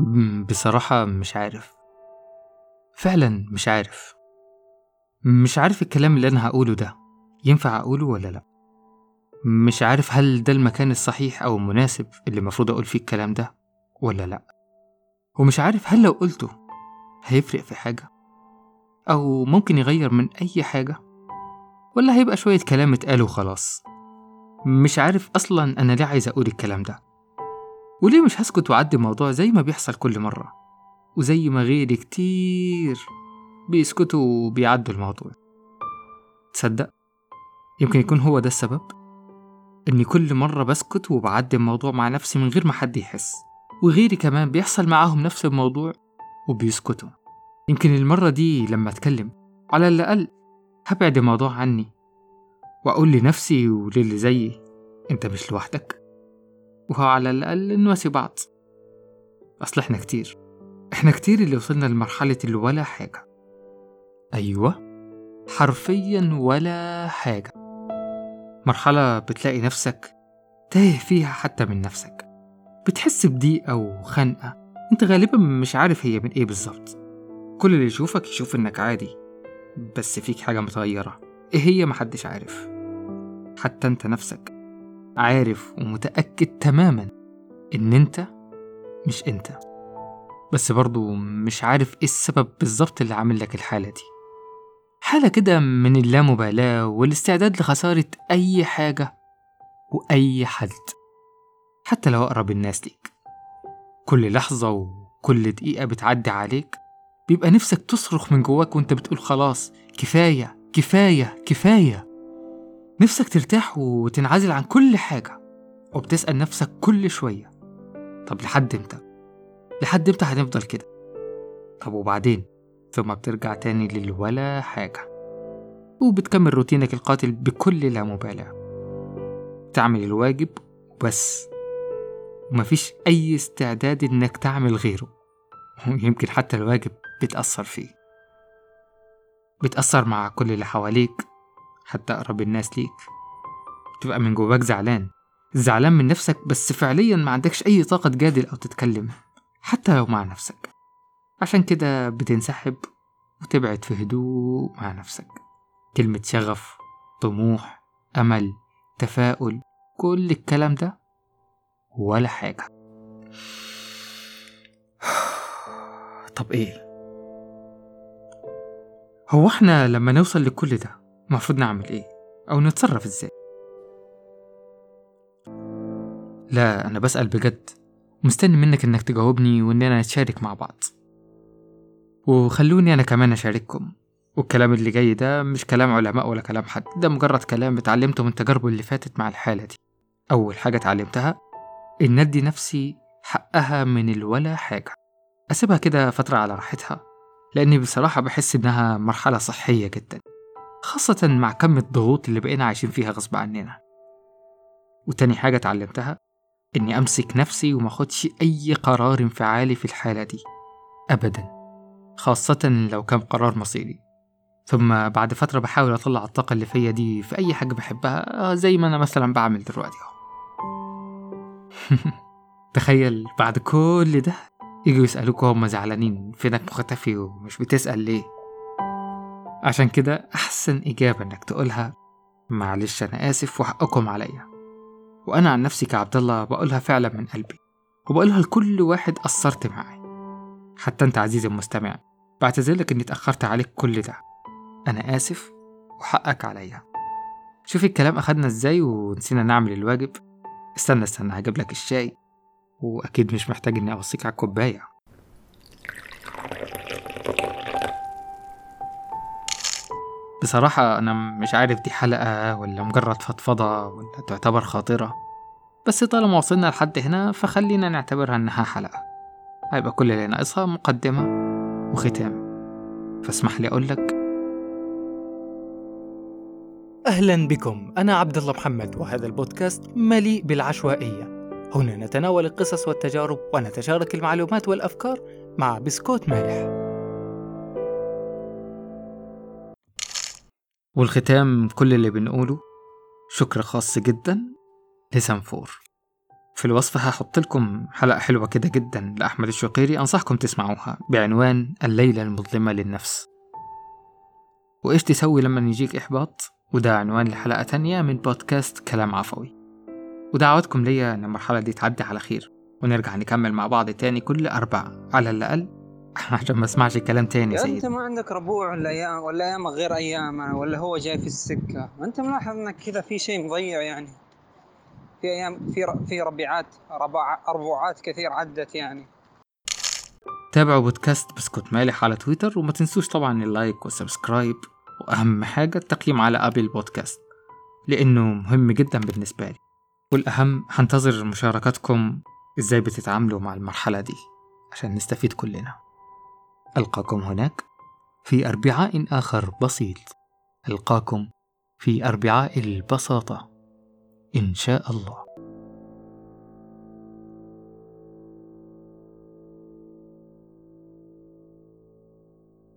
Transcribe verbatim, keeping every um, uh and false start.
مم، بصراحة مش عارف. فعلا مش عارف. مش عارف الكلام اللي أنا هقوله ده ينفع أقوله ولا لأ. مش عارف هل ده المكان الصحيح أو المناسب اللي المفروض أقول فيه الكلام ده ولا لأ. ومش عارف هل لو قلته هيفرق في حاجة أو ممكن يغير من أي حاجة، ولا هيبقى شوية كلام اتقال وخلاص. مش عارف أصلا أنا ليه عايز أقول الكلام ده، وليه مش هسكت وأعدي الموضوع زي ما بيحصل كل مرة، وزي ما غيري كتير بيسكتوا وبيعدوا الموضوع. تصدق يمكن يكون هو ده السبب، إني كل مرة بسكت وبعدي الموضوع مع نفسي من غير ما حد يحس، وغيري كمان بيحصل معاهم نفس الموضوع وبيسكتوا. يمكن المرة دي لما أتكلم على الأقل هبعد الموضوع عني، وأقول لنفسي وللي زيي أنت مش لوحدك، وهو على الأقل نواسي بعض. أصل إحنا كتير إحنا كتير اللي وصلنا لمرحلة اللي ولا حاجة. أيوة، حرفيا ولا حاجة. مرحلة بتلاقي نفسك تايه فيها حتى من نفسك، بتحس بضيقة وخنقة انت غالبا مش عارف هي من ايه بالظبط. كل اللي يشوفك يشوف انك عادي، بس فيك حاجة متغيرة. ايه هي محدش عارف، حتى انت نفسك عارف ومتأكد تماما ان انت مش انت، بس برضو مش عارف ايه السبب بالظبط اللي عامل لك الحالة دي. حالة كده من اللامبالاة والاستعداد لخسارة اي حاجة واي حد، حتى لو أقرب الناس ليك. كل لحظة وكل دقيقة بتعدي عليك بيبقى نفسك تصرخ من جواك وانت بتقول خلاص كفاية كفاية كفاية. نفسك ترتاح وتنعزل عن كل حاجة، وبتسأل نفسك كل شوية طب لحد امتى؟ لحد امتى هنفضل كده؟ طب وبعدين؟ ثم بترجع تاني للولا حاجة، وبتكمل روتينك القاتل بكل لا مبالاة. تعمل الواجب وبس، ومفيش أي استعداد إنك تعمل غيره. ويمكن حتى الواجب بتأثر فيه، بتأثر مع كل اللي حواليك، حتى أقرب الناس ليك. بتبقى من جواك زعلان زعلان من نفسك، بس فعليا ما عندكش أي طاقة تجادل أو تتكلم حتى لو مع نفسك. عشان كده بتنسحب وتبعد في هدوء مع نفسك. كلمة شغف، طموح، أمل، تفاؤل، كل الكلام ده ولا حاجة. طب إيه؟ هو إحنا لما نوصل لكل ده المفروض نعمل إيه؟ أو نتصرف إزاي؟ لا، أنا بسأل بجد، مستني منك إنك تجاوبني وإننا نتشارك مع بعض. وخلوني أنا كمان أشارككم. والكلام اللي جاي ده مش كلام علماء ولا كلام حد، ده مجرد كلام اتعلمته من تجاربي اللي فاتت مع الحالة دي. أول حاجة اتعلمتها إن أدي نفسي حقها من الولا حاجة، أسيبها كده فترة على راحتها، لأني بصراحة بحس إنها مرحلة صحية جدا، خاصة مع كم الضغوط اللي بقينا عايشين فيها غصب عننا. وتاني حاجة اتعلمتها إني أمسك نفسي وما أخدش أي قرار انفعالي في الحالة دي أبدا، خاصة لو كان قرار مصيري. ثم بعد فترة بحاول أطلع الطاقة اللي فيا دي في أي حاجة بحبها، زي ما أنا مثلا بعمل دلوقتي اهو. تخيل بعد كل ده يجوا يسألوك وهم زعلانين فينك مختفي ومش بتسأل ليه. عشان كده أحسن إجابة إنك تقولها معلش أنا آسف وحقكم عليا. وأنا عن نفسي كعبد الله بقولها فعلا من قلبي، وبقولها لكل واحد قصرت معاه. حتى أنت عزيزي المستمع، بعتذرلك إني اتأخرت عليك كل ده. أنا آسف وحقك عليا. شوف الكلام أخدنا إزاي ونسينا نعمل الواجب. استنى استنى هجيب لك الشاي، وأكيد مش محتاج إني أوصيك على الكوباية. بصراحة أنا مش عارف دي حلقة ولا مجرد فضفضة ولا تعتبر خاطرة، بس طالما وصلنا لحد هنا فخلينا نعتبرها إنها حلقة. هيبقى كل اللي ناقصها مقدمة وختام، فاسمح لي أقولك أهلا بكم. أنا عبد الله محمد، وهذا البودكاست مليء بالعشوائية. هنا نتناول القصص والتجارب ونتشارك المعلومات والأفكار مع بسكوت مالح. والختام كل اللي بنقوله شكر خاص جدا لسنفور. في الوصف هحط لكم حلقة حلوة كده جدا لأحمد الشقيري أنصحكم تسمعوها بعنوان الليلة المظلمة للنفس، وإيش تسوي لما يجيك إحباط، وده عنوان لحلقة تانية من بودكاست كلام عفوي. ودعواتكم ليا أن المرحلة دي تعدي على خير ونرجع نكمل مع بعض تاني كل أربع على الأقل عشان ما اسمعش كلام تاني يا سيد. انت ما عندك ربوع ولا ايام ولا ايامك غير ايامنا، ولا هو جاي في السكه؟ انت ملاحظ انك كذا في شيء مضيع يعني؟ في ايام في ر- في ربيعات ربع اربوعات كثير عدت يعني. تابعوا بودكاست بسكوت مالح على تويتر، وما تنسوش طبعا اللايك والسبسكرايب، وأهم حاجة التقييم على أبل بودكاست لأنه مهم جدا بالنسبة لي. والأهم هنتظر مشاركاتكم إزاي بتتعاملوا مع المرحلة دي عشان نستفيد كلنا. ألقاكم هناك في أربعاء آخر بسيط. ألقاكم في أربعاء البساطة إن شاء الله.